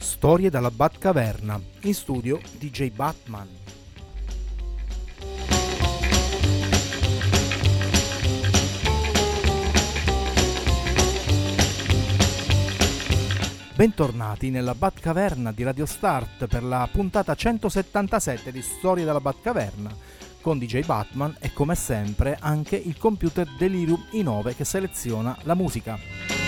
Storie dalla Batcaverna, in studio DJ Batman. Bentornati nella Batcaverna di Radio Start per la puntata 177 di Storie dalla Batcaverna con DJ Batman e come sempre anche il computer Delirium i9 che seleziona la musica.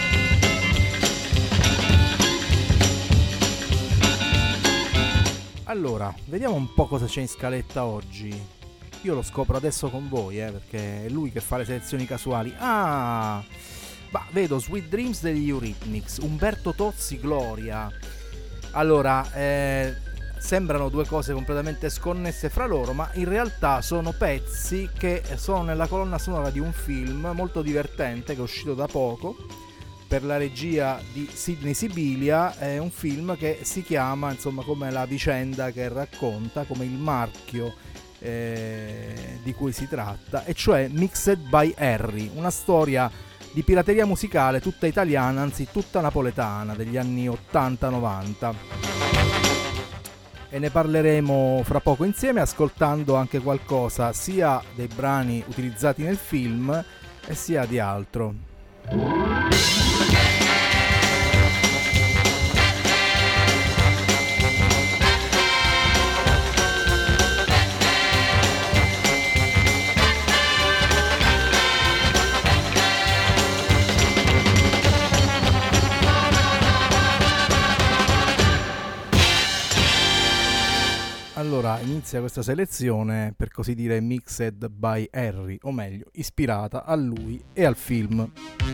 Allora, vediamo un po' cosa c'è in scaletta oggi. Io lo scopro adesso con voi, perché è lui che fa le selezioni casuali. Vedo Sweet Dreams degli Eurythmics, Umberto Tozzi, Gloria. Allora, sembrano due cose completamente sconnesse fra loro, ma in realtà sono pezzi che sono nella colonna sonora di un film molto divertente che è uscito da poco per la regia di Sidney Sibilia. È un film che si chiama, insomma, come la vicenda che racconta, come il marchio di cui si tratta, e cioè Mixed by Harry, una storia di pirateria musicale tutta italiana, anzi tutta napoletana, degli anni 80-90. E ne parleremo fra poco insieme, ascoltando anche qualcosa sia dei brani utilizzati nel film e sia di altro. Allora, inizia questa selezione, per così dire, Mixed by Harry, o meglio, ispirata a lui e al film.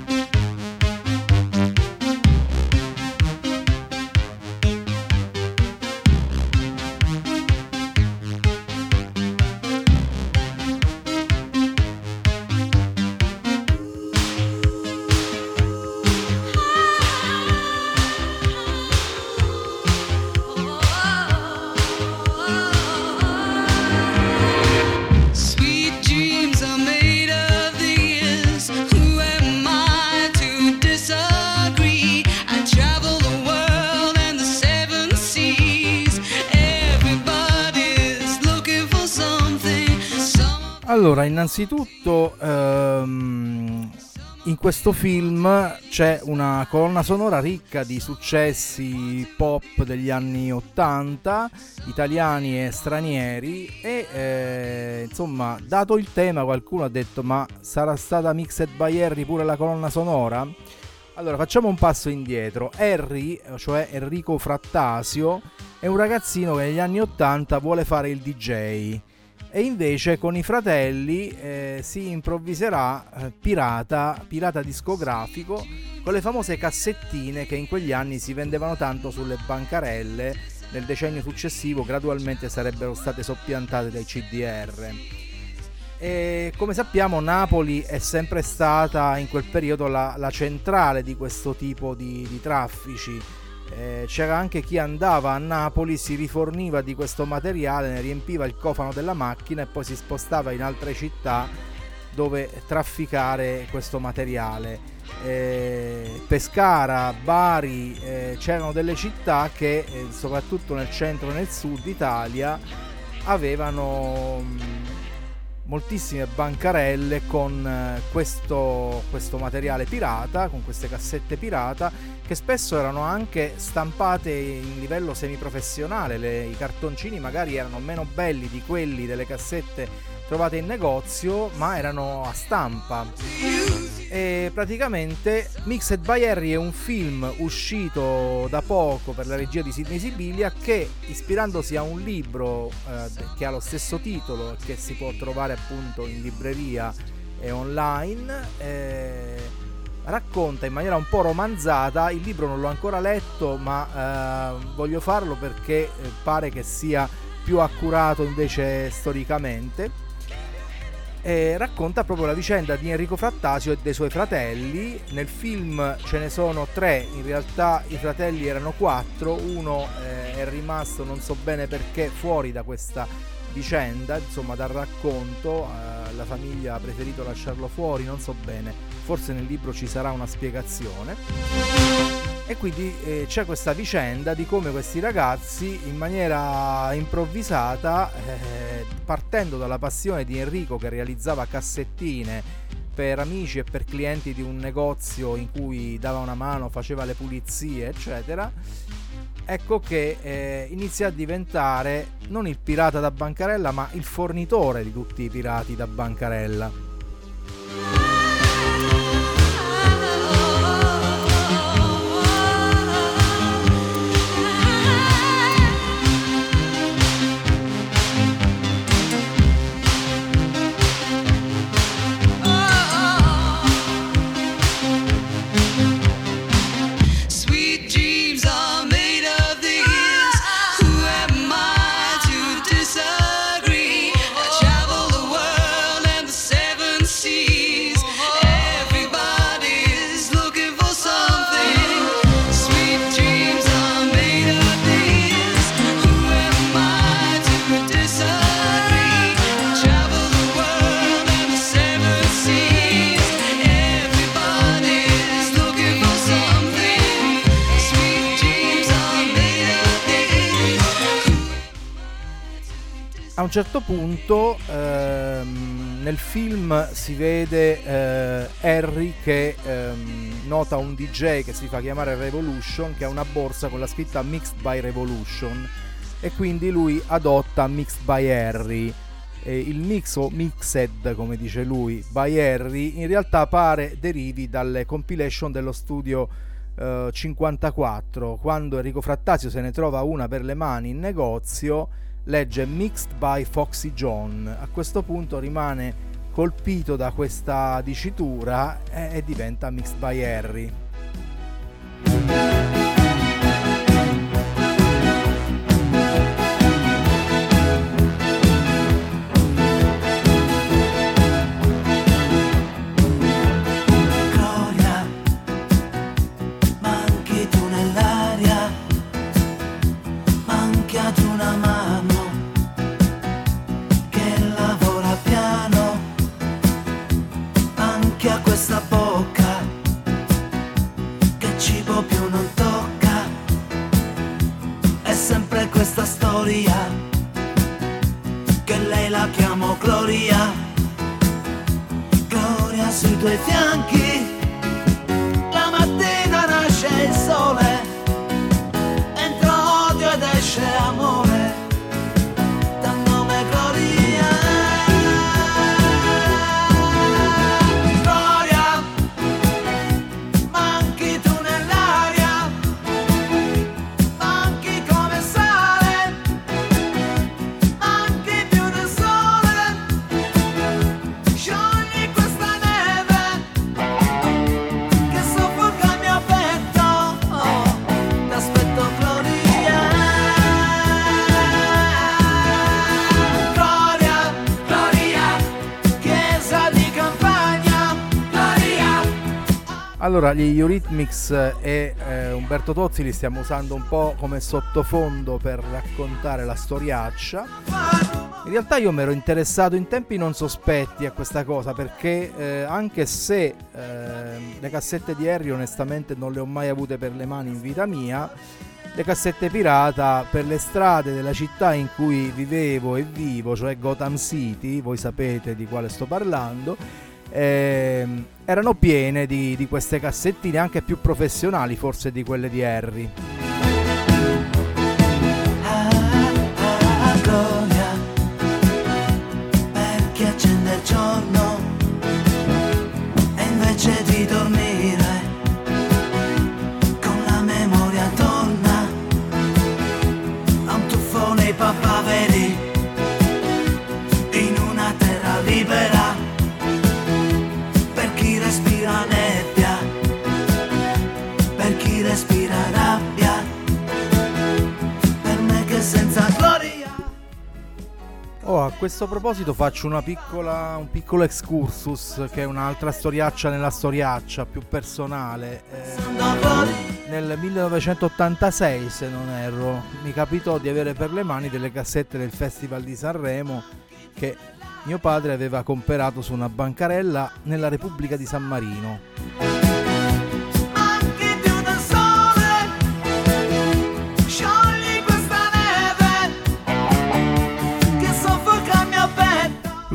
Allora, innanzitutto in questo film c'è una colonna sonora ricca di successi pop degli anni 80, italiani e stranieri, e insomma, dato il tema, qualcuno ha detto: ma sarà stata Mixed by Harry pure la colonna sonora? Allora, facciamo un passo indietro. Harry, cioè Enrico Frattasio, è un ragazzino che negli anni 80 vuole fare il DJ. E invece con i fratelli si improvviserà pirata discografico, con le famose cassettine che in quegli anni si vendevano tanto sulle bancarelle. Nel decennio successivo gradualmente sarebbero state soppiantate dai CDR. E come sappiamo, Napoli è sempre stata in quel periodo la centrale di questo tipo di traffici. C'era anche chi andava a Napoli, si riforniva di questo materiale, ne riempiva il cofano della macchina e poi si spostava in altre città dove trafficare questo materiale. Pescara, Bari, c'erano delle città che soprattutto nel centro e nel sud Italia avevano moltissime bancarelle con questo materiale pirata, con queste cassette pirata, che spesso erano anche stampate in livello semiprofessionale. I cartoncini magari erano meno belli di quelli delle cassette trovate in negozio, ma erano a stampa. E praticamente Mixed by Harry è un film uscito da poco per la regia di Sidney Sibilia, che, ispirandosi a un libro che ha lo stesso titolo e che si può trovare appunto in libreria e online, racconta in maniera un po' romanzata. Il libro non l'ho ancora letto, ma voglio farlo perché pare che sia più accurato invece storicamente. Racconta proprio la vicenda di Enrico Frattasio e dei suoi fratelli. Nel film ce ne sono 3, in realtà i fratelli erano 4, uno è rimasto, non so bene perché, fuori da questa vicenda, insomma, dal racconto. La famiglia ha preferito lasciarlo fuori, non so bene, forse nel libro ci sarà una spiegazione. E quindi c'è questa vicenda di come questi ragazzi in maniera improvvisata, partendo dalla passione di Enrico che realizzava cassettine per amici e per clienti di un negozio in cui dava una mano, faceva le pulizie eccetera, ecco che inizia a diventare non il pirata da bancarella ma il fornitore di tutti i pirati da bancarella. A un certo punto nel film si vede Harry che nota un DJ che si fa chiamare Revolution, che ha una borsa con la scritta Mixed by Revolution, e quindi lui adotta Mixed by Harry. Il mix o mixed, come dice lui, by Harry, in realtà pare derivi dalle compilation dello studio 54. Quando Enrico Frattasio se ne trova una per le mani in negozio, legge Mixed by Foxy John. A questo punto rimane colpito da questa dicitura e diventa Mixed by Harry. Gloria, manchi tu nell'aria, manchi ad una mano a questa bocca che cibo più non tocca. È sempre questa storia che lei la chiamo Gloria. Gloria sui tuoi fianchi, la mattina nasce il sole, entra odio ed esce amore. Allora, gli Eurythmics e Umberto Tozzi li stiamo usando un po' come sottofondo per raccontare la storiaccia. In realtà io mi ero interessato in tempi non sospetti a questa cosa, perché anche se le cassette di Harry onestamente non le ho mai avute per le mani in vita mia, le cassette pirata per le strade della città in cui vivevo e vivo, cioè Gotham City, voi sapete di quale sto parlando, erano piene di queste cassettine, anche più professionali forse di quelle di Harry. Gloria, per chi accende il giorno e invece di dormire con la memoria torna a un tuffo nei papaveri in una terra libera. Per chi respira nebbia, per chi respira rabbia, per me che senza gloria. Oh, a questo proposito faccio un piccolo excursus, che è un'altra storiaccia nella storiaccia, più personale. Nel 1986, se non erro, mi capitò di avere per le mani delle cassette del Festival di Sanremo che mio padre aveva comperato su una bancarella nella Repubblica di San Marino. Anche più del sole,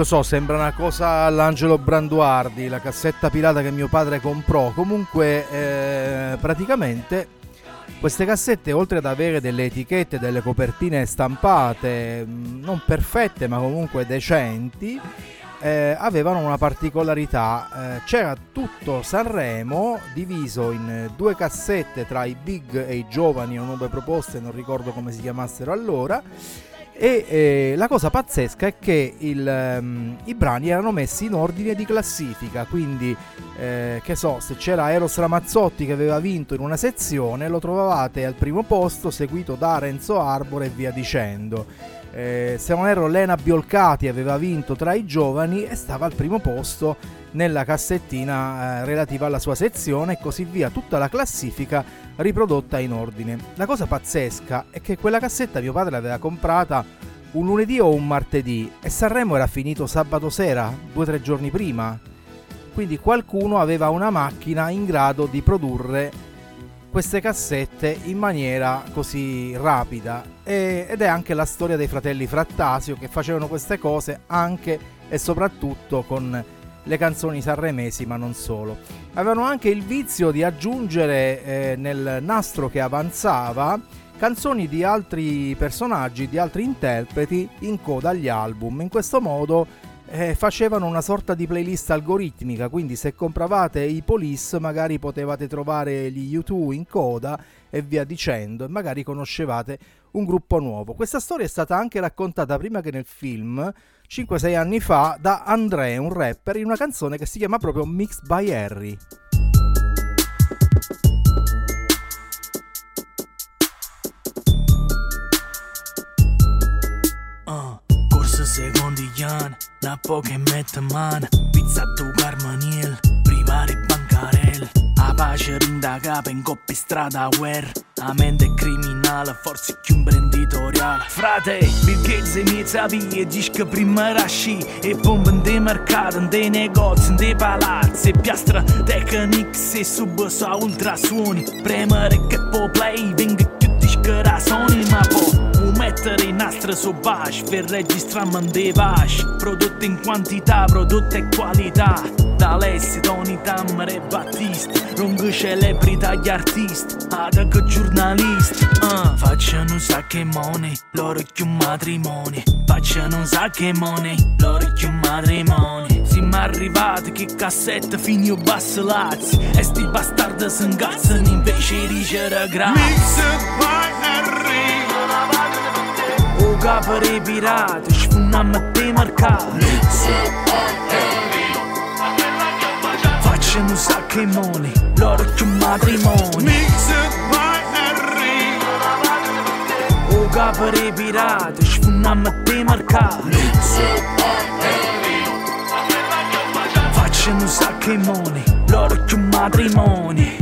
Lo so, sembra una cosa all'Angelo Branduardi, la cassetta pirata che mio padre comprò. Comunque, praticamente, queste cassette, oltre ad avere delle etichette, delle copertine stampate, non perfette ma comunque decenti, avevano una particolarità. C'era tutto Sanremo diviso in 2 cassette tra i big e i giovani o nuove proposte, non ricordo come si chiamassero allora. E la cosa pazzesca è che i brani erano messi in ordine di classifica, quindi che so, se c'era Eros Ramazzotti che aveva vinto in una sezione, lo trovavate al primo posto, seguito da Renzo Arbore e via dicendo. Se non erro, Lena Biolcati aveva vinto tra i giovani e stava al primo posto nella cassettina relativa alla sua sezione, e così via, tutta la classifica riprodotta in ordine. La cosa pazzesca è che quella cassetta mio padre l'aveva comprata un lunedì o un martedì e Sanremo era finito sabato sera, 2 o 3 giorni prima, quindi qualcuno aveva una macchina in grado di produrre queste cassette in maniera così rapida, ed è anche la storia dei fratelli Frattasio, che facevano queste cose anche e soprattutto con le canzoni sanremesi, ma non solo. Avevano anche il vizio di aggiungere nel nastro che avanzava canzoni di altri personaggi, di altri interpreti in coda agli album. In questo modo facevano una sorta di playlist algoritmica, quindi se compravate i Police magari potevate trovare gli U2 in coda e via dicendo, e magari conoscevate un gruppo nuovo. Questa storia è stata anche raccontata prima che nel film, 5-6 anni fa, da André, un rapper, in una canzone che si chiama proprio Mixed by Harry. Corso secondi anni, da poco mette mano, pizza tu Carmaniel, privare bancarelle, a pace rinda capo in coppia strada guerra, a mente criminale, forse più imprenditoriale. Frate, Bill Gates e miei savie, dici che prima rasci, e pompe in dei mercati, in dei negozi, in dei palazzi, e piastra Technics e sub su ultrasuoni, premere che po' play, venga più discera Sony, ma po' mettere in nastro su bash per registrare in dei bash, prodotti in quantità, prodotti e qualità, da Alessi, Tony Tammer e Battista, lungo celebrità gli artisti, ad che giornalisti, facciano un sacco di money, loro più matrimoni, facciano un sacco di money, loro più matrimoni, siamo arrivati che cassette fini o basso lazzi, e sti bastardi si incazzano invece di dicere grazie. Mixed by Harry. O capo dei pirati, sfunniamo a te mercati. Facciano un sacco di money, loro più matrimoni. Mixed by Harry. O capo dei pirati, sfunniamo a te mercati. Facciano un sacco di money, loro più matrimoni.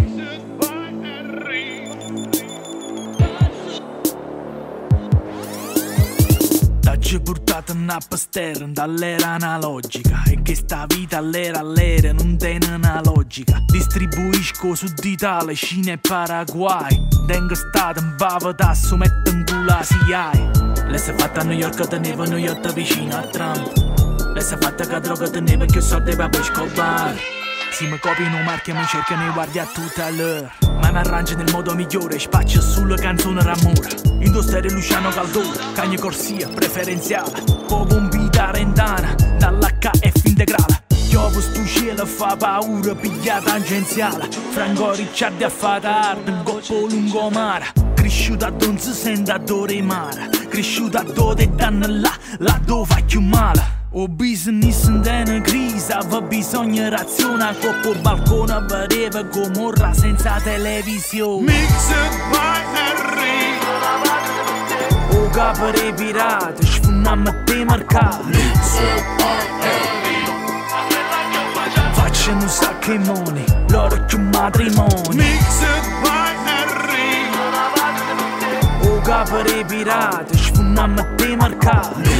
Ci portato in appasterra dall'era analogica, e che sta vita all'era non tiene una logica. Distribuisco su d'Italia, Cina e Paraguay, tengo stato in bava tasso, metto in culo a SIAE. Lei si è fatta a New York, teneva New York vicino a Trump. Lei si è fatta che droga, teneva più soldi per poi scopare. Si mi copiano marchi e mi cercano e guardi a tutta l'ora, ma mi arrangio nel modo migliore, spaccio sulle canzoni d'amore. Indostere Luciano Caldore, Cagna Corsia, preferenziale, poco un vita rendana, dall'HF integrale. Chiovo stu cielo fa paura, piglia tangenziale, Franco Ricciardi a fata arte, un coppo lungomare. Cresciuto a don si sente adore mare, cresciuto a dove danno là dove fa più male. O business in una crisi, aveva bisogno razione, a coppo balcone vedeva Gomorra senza televisione. Mixed by Harry. O capo dei pirati, sfunniamo a te mercati. Facciano un sacco di money, loro più matrimoni. Mixed by Harry. O capo dei pirati, sfunniamo a te mercati.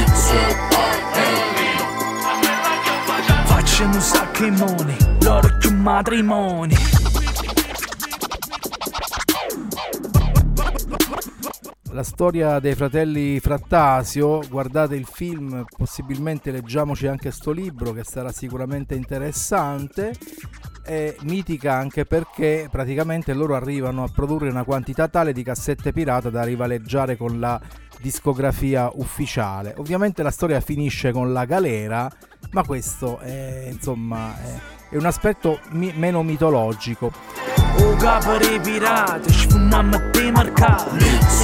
Facciano un sacco di money, loro più matrimoni. La storia dei fratelli Frattasio, guardate il film, possibilmente leggiamoci anche sto libro che sarà sicuramente interessante. È mitica anche perché praticamente loro arrivano a produrre una quantità tale di cassette pirata da rivaleggiare con la discografia ufficiale. Ovviamente la storia finisce con la galera, ma questo è, insomma, è un aspetto meno mitologico. O capo dei pirati, sfummiamo a te mercati.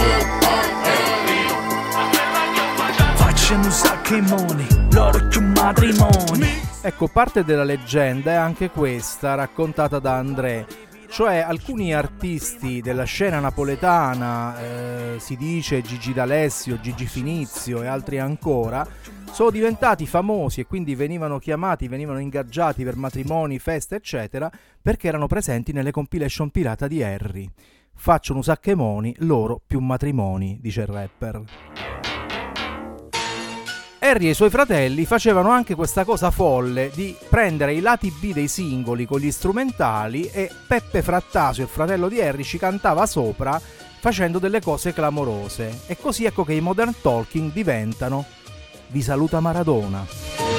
Facciamo un sacco di money, loro più matrimoni. Ecco, parte della leggenda è anche questa, raccontata da André, cioè alcuni artisti della scena napoletana, si dice Gigi D'Alessio, Gigi Finizio e altri ancora, sono diventati famosi e quindi venivano chiamati, venivano ingaggiati per matrimoni, feste eccetera, perché erano presenti nelle compilation pirata di Harry. Facciano un sacco di moni, loro più matrimoni, dice il rapper. Harry e i suoi fratelli facevano anche questa cosa folle di prendere i lati B dei singoli con gli strumentali e Peppe Frattasio, il fratello di Harry, ci cantava sopra facendo delle cose clamorose. E così ecco che i Modern Talking diventano Vi saluta Maradona.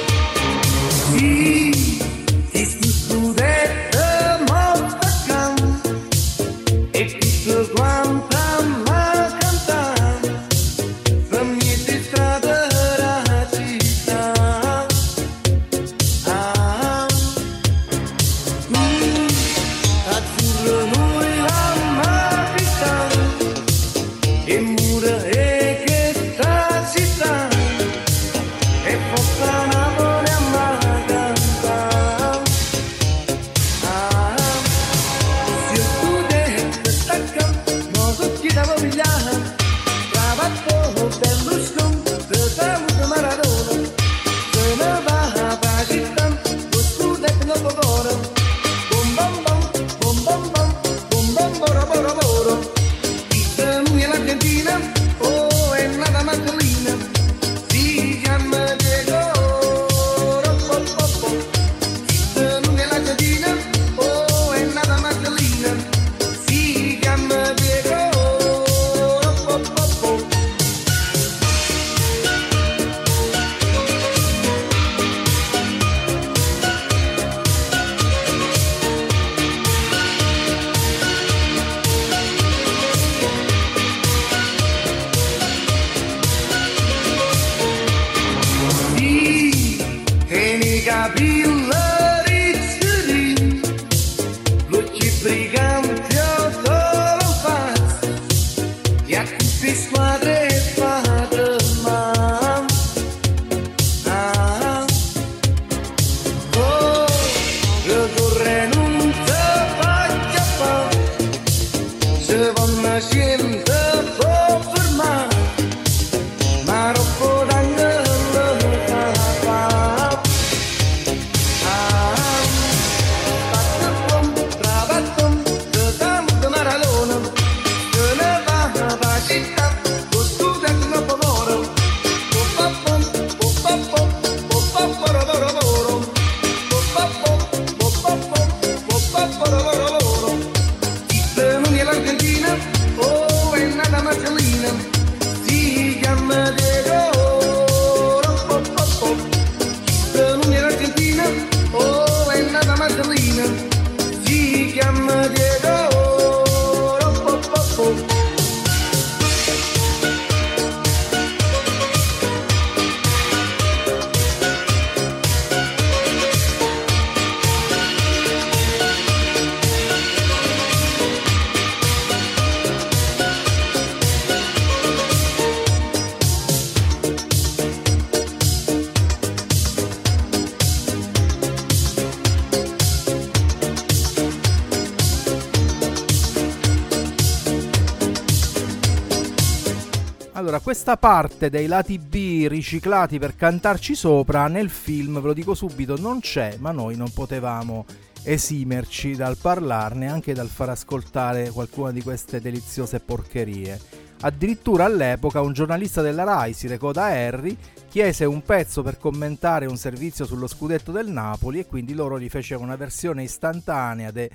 Allora, questa parte dei lati B riciclati per cantarci sopra nel film, ve lo dico subito, non c'è, ma noi non potevamo esimerci dal parlarne, anche dal far ascoltare qualcuna di queste deliziose porcherie. Addirittura all'epoca un giornalista della Rai si recò da Harry, chiese un pezzo per commentare un servizio sullo scudetto del Napoli e quindi loro gli fecero una versione istantanea dei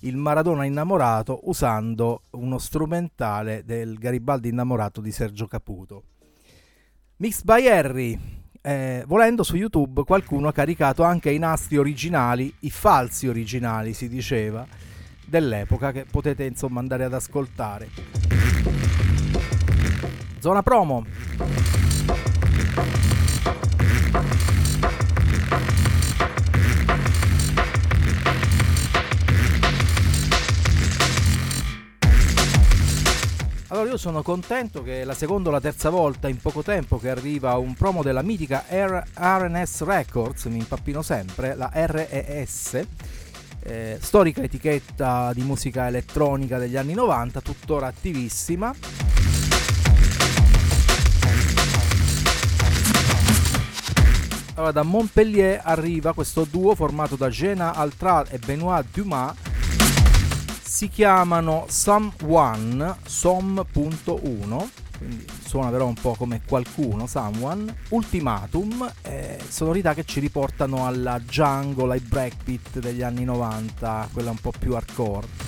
il Maradona innamorato usando uno strumentale del Garibaldi innamorato di Sergio Caputo. Mixed by Harry. Volendo su YouTube qualcuno ha caricato anche i nastri originali, i falsi originali si diceva, dell'epoca, che potete insomma andare ad ascoltare. Zona promo. Allora io sono contento che è la seconda o la terza volta in poco tempo che arriva un promo della mitica RNS Records, mi impappino sempre, la RES, storica etichetta di musica elettronica degli anni 90, tuttora attivissima. Allora, da Montpellier arriva questo duo formato da Jenna Altrat e Benoît Dumas. Si chiamano Someone, Som.1, quindi suona però un po' come qualcuno, Someone, Ultimatum, sonorità che ci riportano alla jungle, ai breakbeat degli anni 90, quella un po' più hardcore.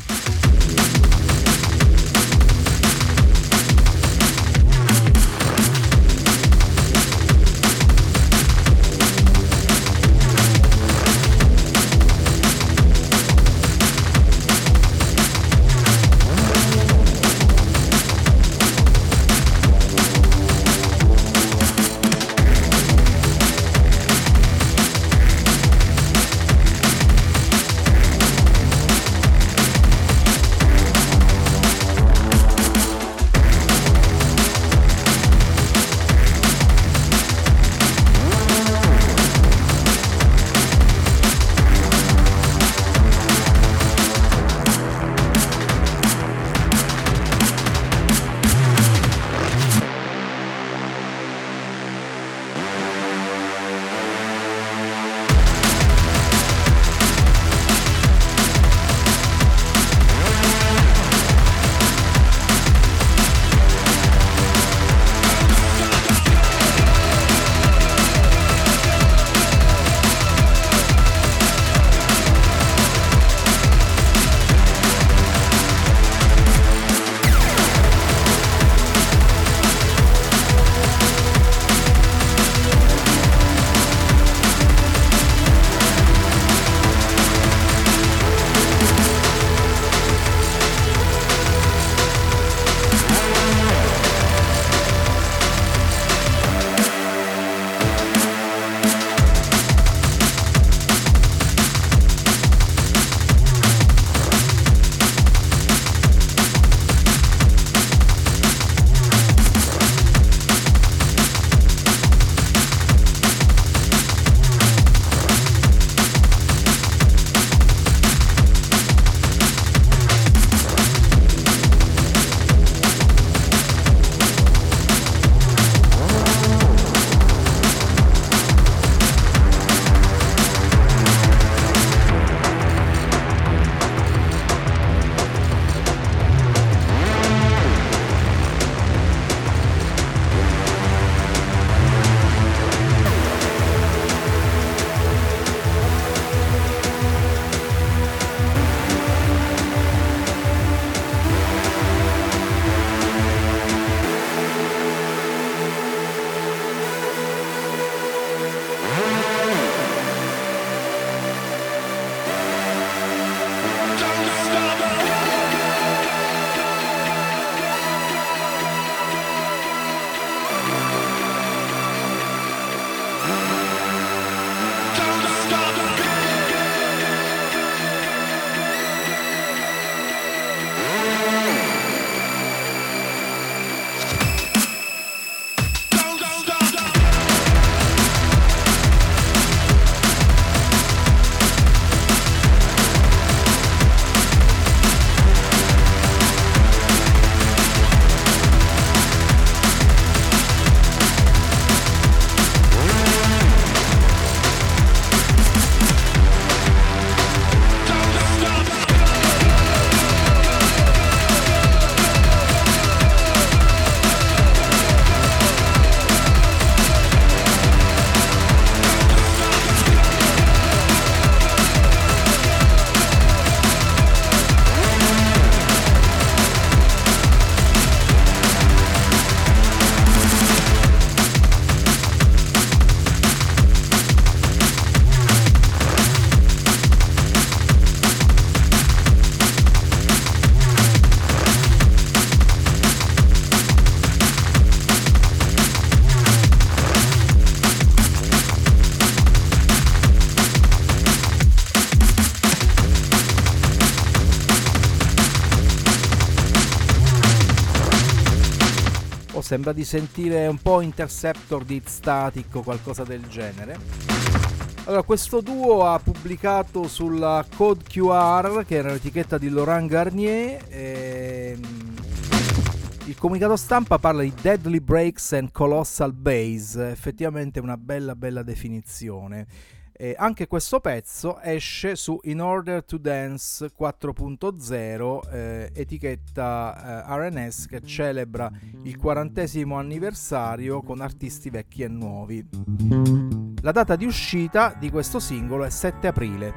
O sembra di sentire un po' Interceptor di Hit Static o qualcosa del genere. Allora, questo duo ha pubblicato sulla Code QR, che era l'etichetta di Laurent Garnier, il comunicato stampa parla di Deadly Breaks and Colossal Bass, effettivamente una bella definizione. Anche questo pezzo esce su In Order to Dance 4.0, etichetta RNS, che celebra il 40° anniversario con artisti vecchi e nuovi. La data di uscita di questo singolo è 7 aprile.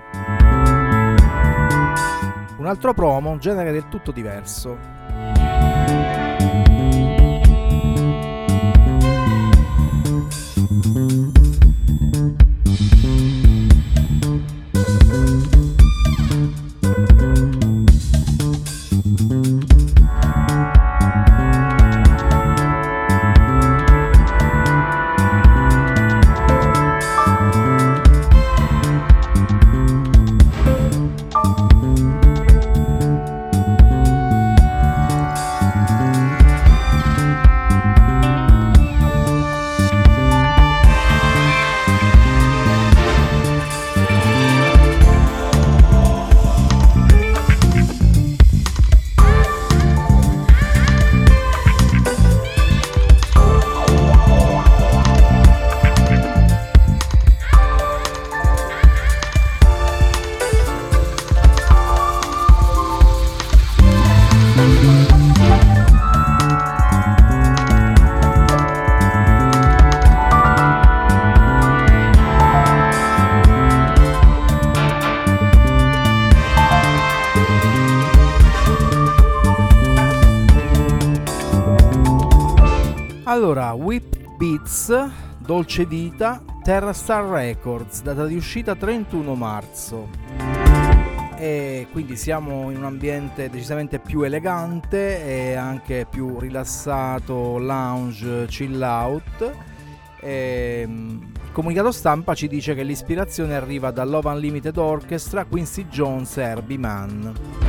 Un altro promo, un genere del tutto diverso. Allora, Whip Beats, Dolce Vita, Terra Star Records, data di uscita 31 marzo. E quindi siamo in un ambiente decisamente più elegante e anche più rilassato, lounge, chill out. Il comunicato stampa ci dice che l'ispirazione arriva da Love Unlimited Orchestra, Quincy Jones e Herbie Mann.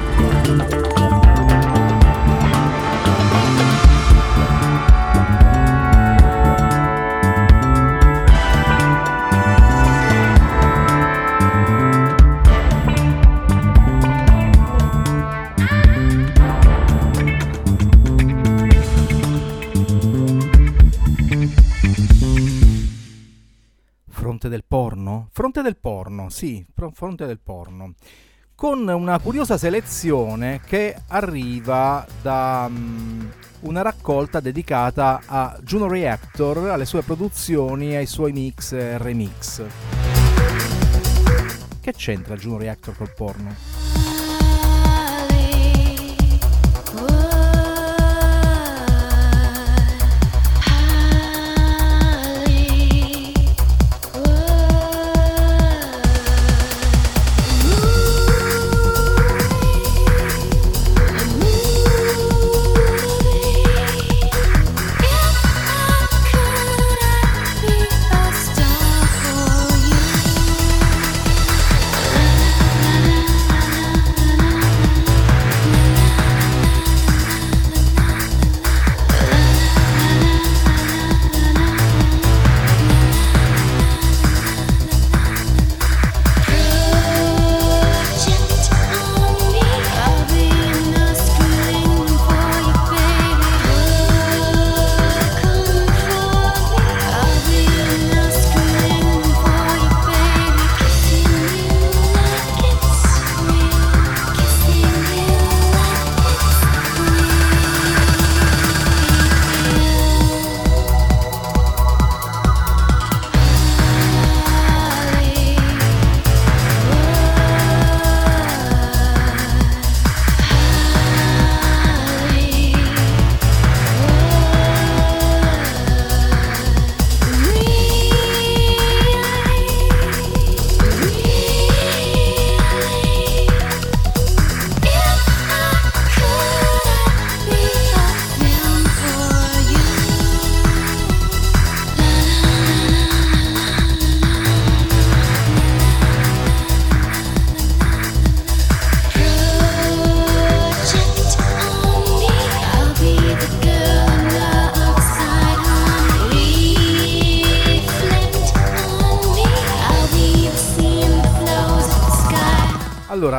Fronte del porno? Fronte del porno, sì, fronte del porno. Con una curiosa selezione che arriva da una raccolta dedicata a Juno Reactor, alle sue produzioni, ai suoi mix e remix. Che c'entra Juno Reactor col porno?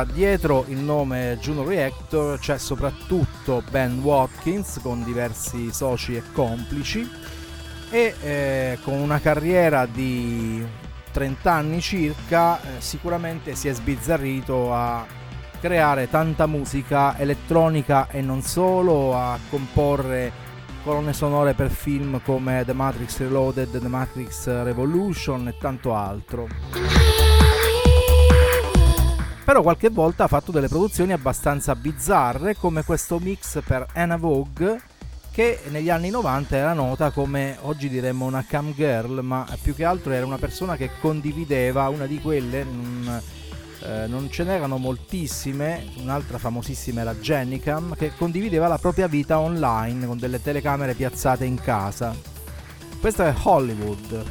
Allora, dietro il nome Juno Reactor c'è soprattutto Ben Watkins con diversi soci e complici e con una carriera di 30 anni circa sicuramente si è sbizzarrito a creare tanta musica elettronica e non solo, a comporre colonne sonore per film come The Matrix Reloaded, The Matrix Revolution e tanto altro. Però qualche volta ha fatto delle produzioni abbastanza bizzarre, come questo mix per Anna Vogue, che negli anni 90 era nota come, oggi diremmo, una cam girl, ma più che altro era una persona che condivideva, una di quelle, non ce n'erano moltissime, un'altra famosissima era Jennicam, che condivideva la propria vita online con delle telecamere piazzate in casa. Questa è Hollywood.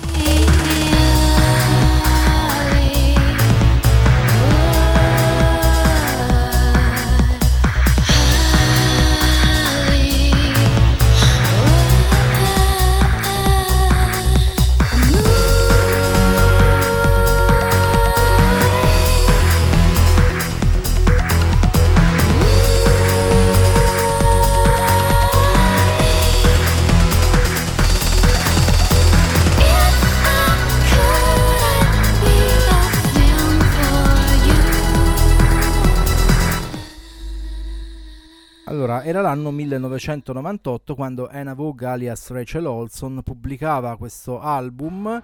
Allora, era l'anno 1998 quando Anna Vogue alias Rachel Olson pubblicava questo album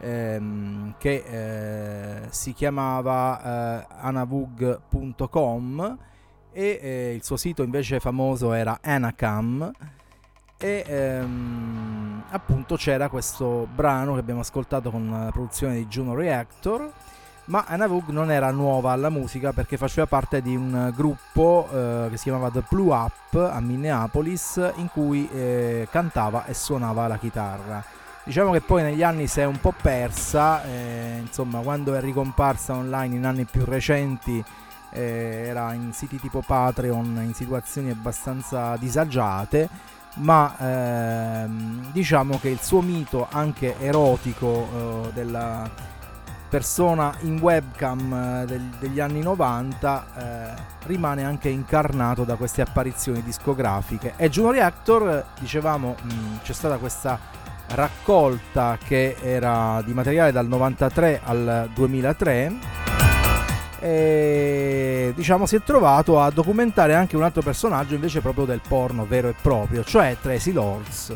che si chiamava annavogue.com e il suo sito invece famoso era Anacam e appunto c'era questo brano che abbiamo ascoltato con la produzione di Juno Reactor. Ma Anna Vogue non era nuova alla musica perché faceva parte di un gruppo che si chiamava The Blue Up a Minneapolis, in cui cantava e suonava la chitarra. Diciamo che poi negli anni si è un po' persa, insomma quando è ricomparsa online in anni più recenti era in siti tipo Patreon, in situazioni abbastanza disagiate, ma diciamo che il suo mito anche erotico della persona in webcam degli anni 90 rimane anche incarnato da queste apparizioni discografiche. E Juno Reactor, dicevamo, c'è stata questa raccolta che era di materiale dal 93 al 2003 e diciamo si è trovato a documentare anche un altro personaggio invece proprio del porno vero e proprio, cioè Traci Lords.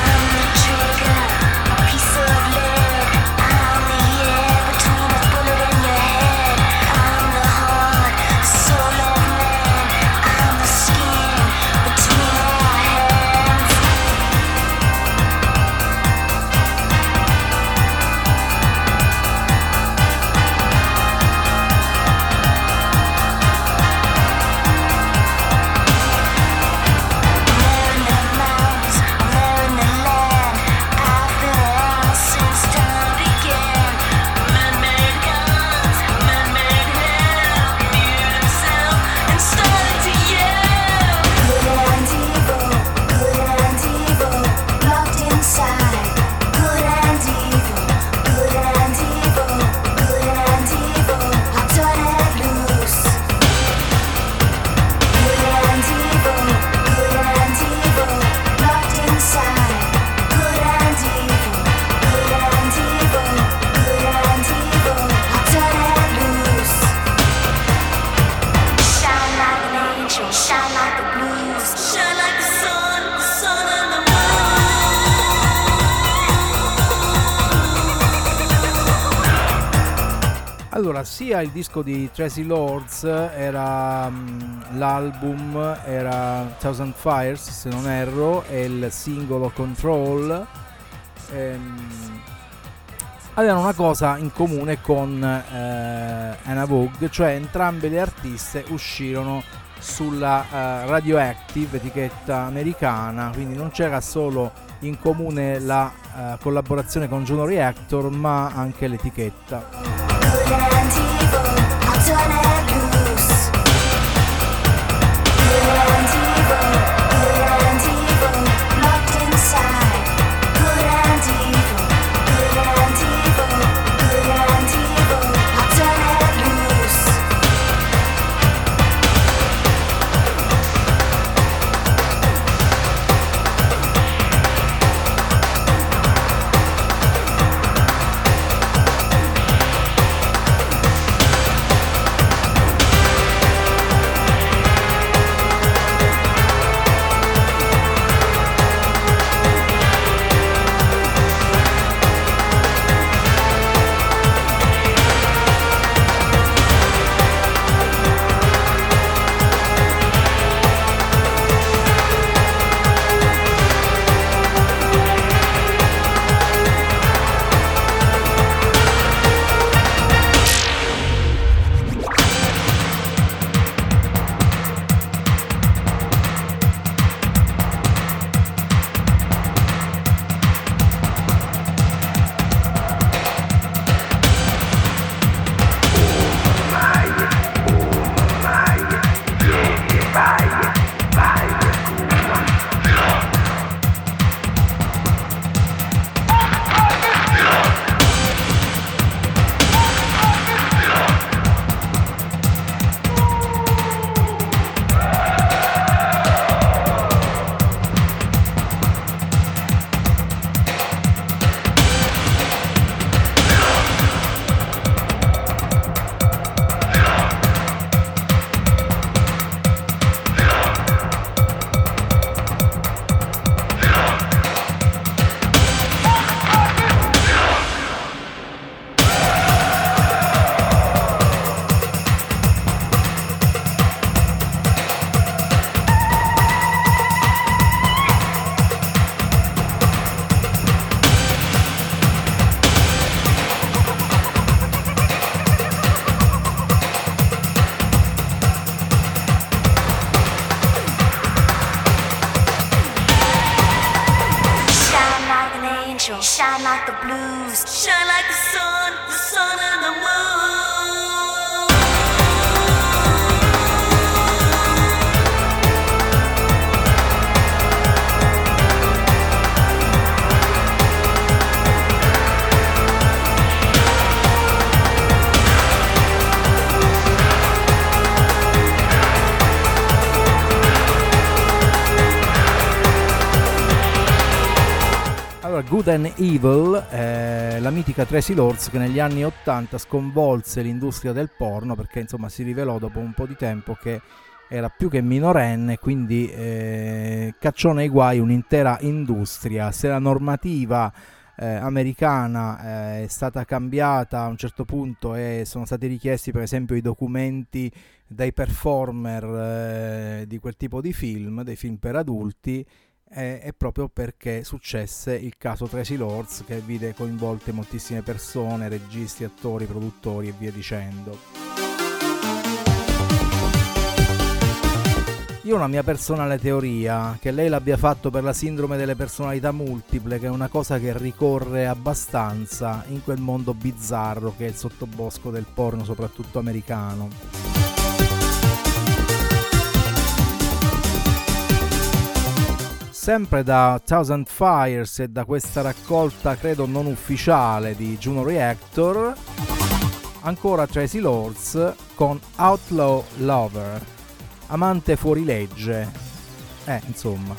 Allora, sia il disco di Traci Lords era l'album era Thousand Fires, se non erro, e il singolo Control avevano una cosa in comune con Anna Vogue, cioè entrambe le artiste uscirono sulla Radioactive, etichetta americana, quindi non c'era solo in comune la collaborazione con Juno Reactor, ma anche l'etichetta. shine like the blues, shine like the sun and the moon. Good and Evil, la mitica Tracy Lords che negli anni 80 sconvolse l'industria del porno, perché insomma si rivelò dopo un po' di tempo che era più che minorenne, quindi cacciò nei guai un'intera industria. Se la normativa americana è stata cambiata a un certo punto e sono stati richiesti per esempio i documenti dai performer di quel tipo di film, dei film per adulti, è proprio perché successe il caso Tracy Lords, che vide coinvolte moltissime persone, registi, attori, produttori e via dicendo. Io ho una mia personale teoria, che lei l'abbia fatto per la sindrome delle personalità multiple, che è una cosa che ricorre abbastanza in quel mondo bizzarro che è il sottobosco del porno, soprattutto americano. Sempre da Thousand Fires e da questa raccolta credo non ufficiale di Juno Reactor, ancora Tracy Lords con Outlaw Lover, amante fuorilegge, insomma.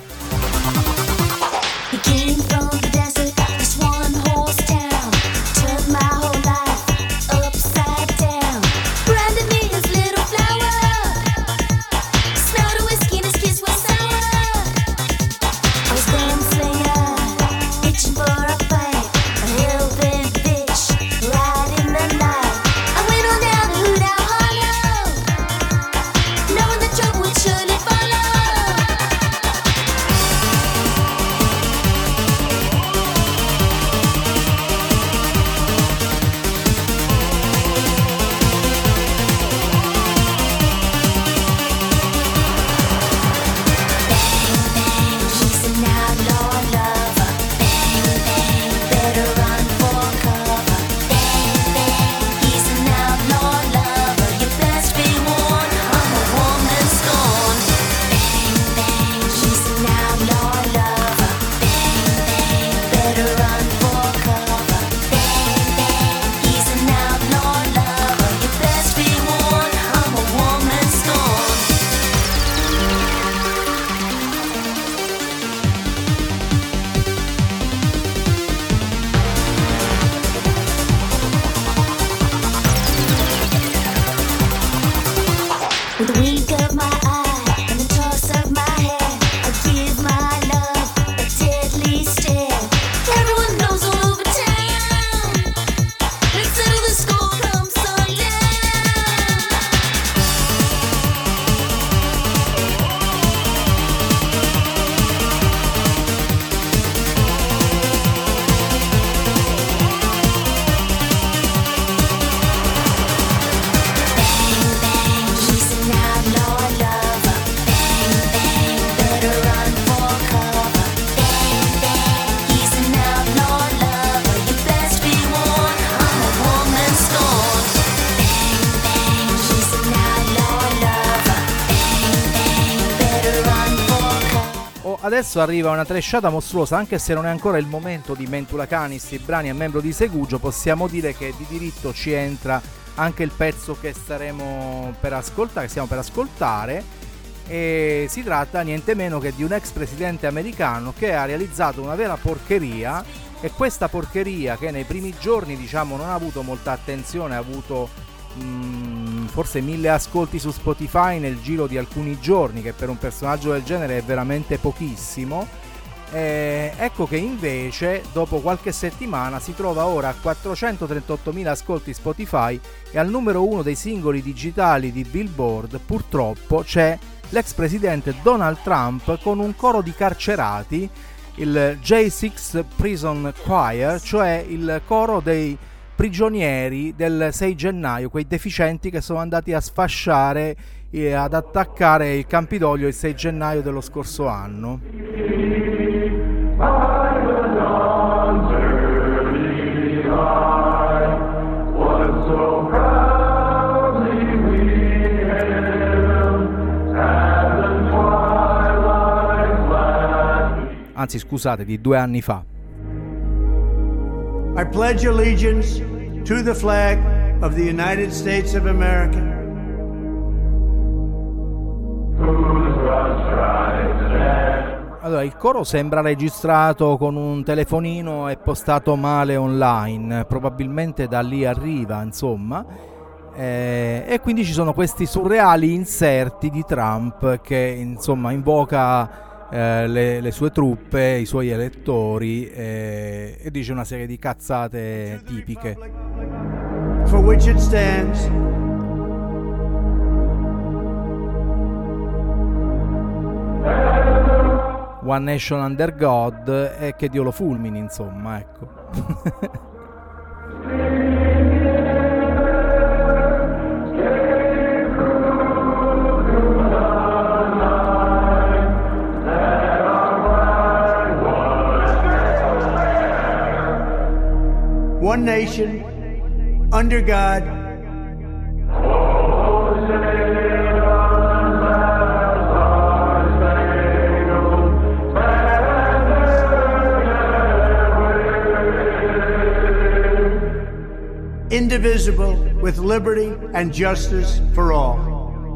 Adesso arriva una tresciata mostruosa, anche se non è ancora il momento di Mentula Canis, i brani a membro di Segugio, possiamo dire che di diritto ci entra anche il pezzo che stiamo per ascoltare, e si tratta niente meno che di un ex presidente americano che ha realizzato una vera porcheria, e questa porcheria, che nei primi giorni diciamo non ha avuto molta attenzione, ha avuto forse 1000 ascolti su Spotify nel giro di alcuni giorni, che per un personaggio del genere è veramente pochissimo. Ecco che invece dopo qualche settimana si trova ora a 438.000 ascolti Spotify e al numero 1 dei singoli digitali di Billboard. Purtroppo c'è l'ex presidente Donald Trump con un coro di carcerati, il J6 Prison Choir, cioè il coro dei prigionieri del 6 gennaio, quei deficienti che sono andati a sfasciare e ad attaccare il Campidoglio il 6 gennaio dello scorso anno. anzi scusate, di 2 anni fa. I pledge allegiance to the flag of the United States of America. Allora, il coro sembra registrato con un telefonino e postato male online, probabilmente da lì arriva, insomma, e quindi ci sono questi surreali inserti di Trump che, insomma, invoca le sue truppe, i suoi elettori, e dice una serie di cazzate tipiche. For which it stands, One Nation Under God, e che Dio lo fulmini, insomma, ecco. one nation, under God, indivisible, with liberty and justice for all.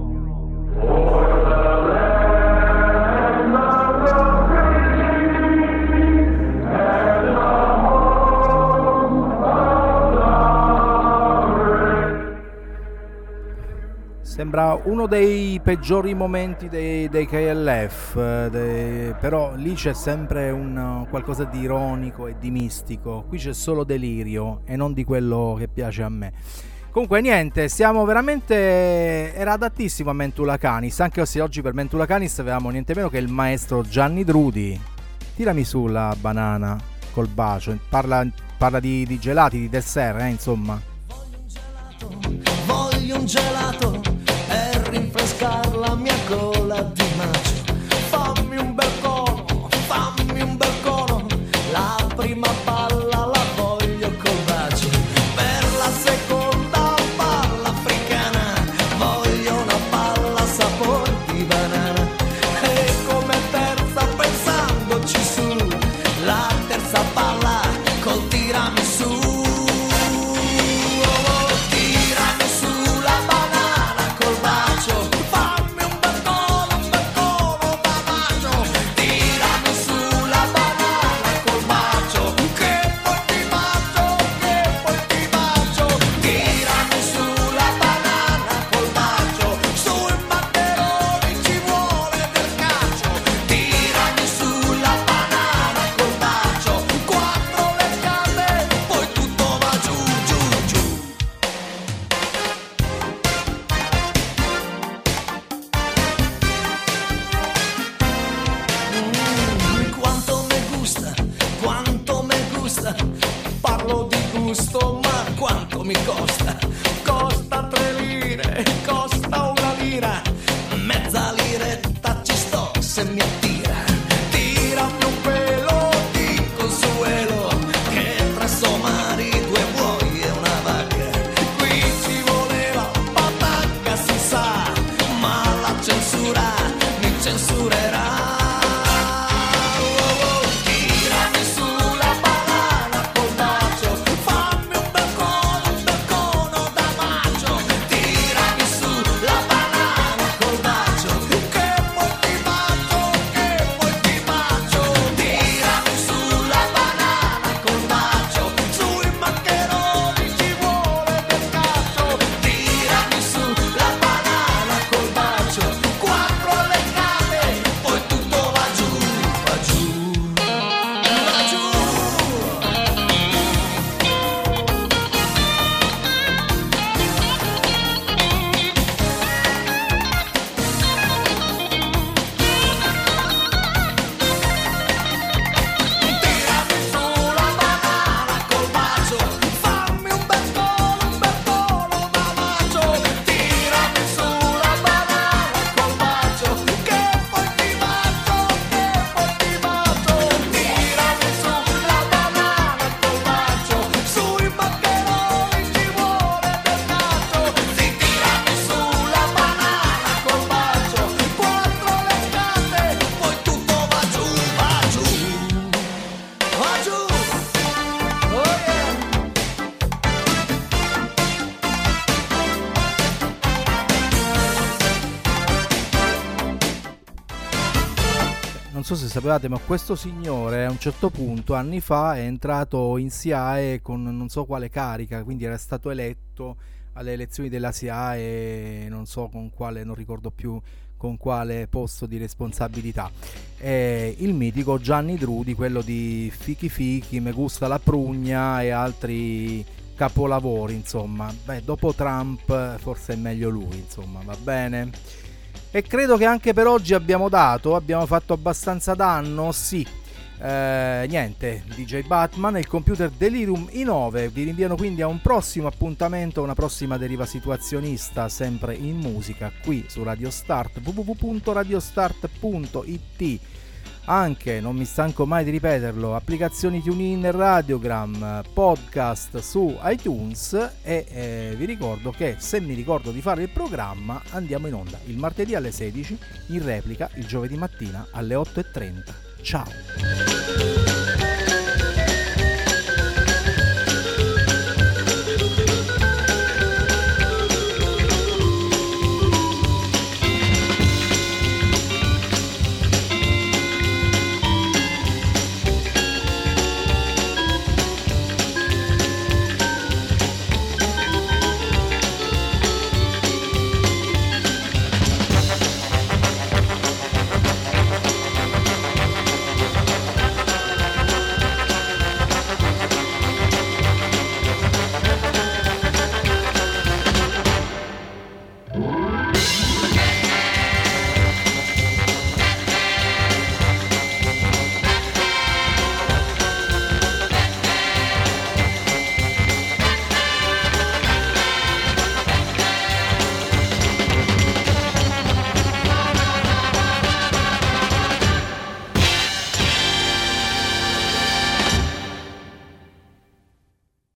Sembra uno dei peggiori momenti dei KLF, però lì c'è sempre qualcosa di ironico e di mistico. Qui c'è solo delirio e non di quello che piace a me. Comunque niente, siamo veramente... era adattissimo a Mentula Canis, anche se oggi per Mentula Canis avevamo niente meno che il maestro Gianni Drudi. Tirami su la banana col bacio, parla di gelati, di dessert, insomma. Voglio un gelato per rinfrescar la mia gola di maggio. Fammi un bel cono, la prima palla la voglio col bacio. Per la seconda palla africana voglio una palla sapore di banana. E come terza pensandoci su, la terza palla col tiramisù. Parlo di gusto, ma quanto mi costa? Costa 3 lire, costa 1 lira, mezza liretta ci sto se mi attira. Tirami un pelo di consuelo, che 3 somari, 2 buoi e una vacca. Qui ci voleva patacca, si sa, ma la censura mi censurerà. Tirami su la banana col bacio, fammi un bel cono so se sapevate, ma questo signore a un certo punto, anni fa, è entrato in SIAE con non so quale carica, quindi era stato eletto alle elezioni della SIAE, non so con quale, non ricordo più con quale posto di responsabilità. Il mitico Gianni Drudi, quello di Fichi Fichi, Me gusta la prugna e altri capolavori, insomma. Beh, dopo Trump forse è meglio lui, insomma, va bene. E credo che anche per oggi abbiamo fatto abbastanza danno, sì. Niente, DJ Batman e il computer Delirium i9 vi rinviano quindi a un prossimo appuntamento, una prossima deriva situazionista, sempre in musica, qui su Radio Start, www.radiostart.it. Anche, non mi stanco mai di ripeterlo, applicazioni TuneIn, Radiogram, podcast su iTunes e vi ricordo che se mi ricordo di fare il programma andiamo in onda il martedì alle 16, in replica il giovedì mattina alle 8:30. Ciao!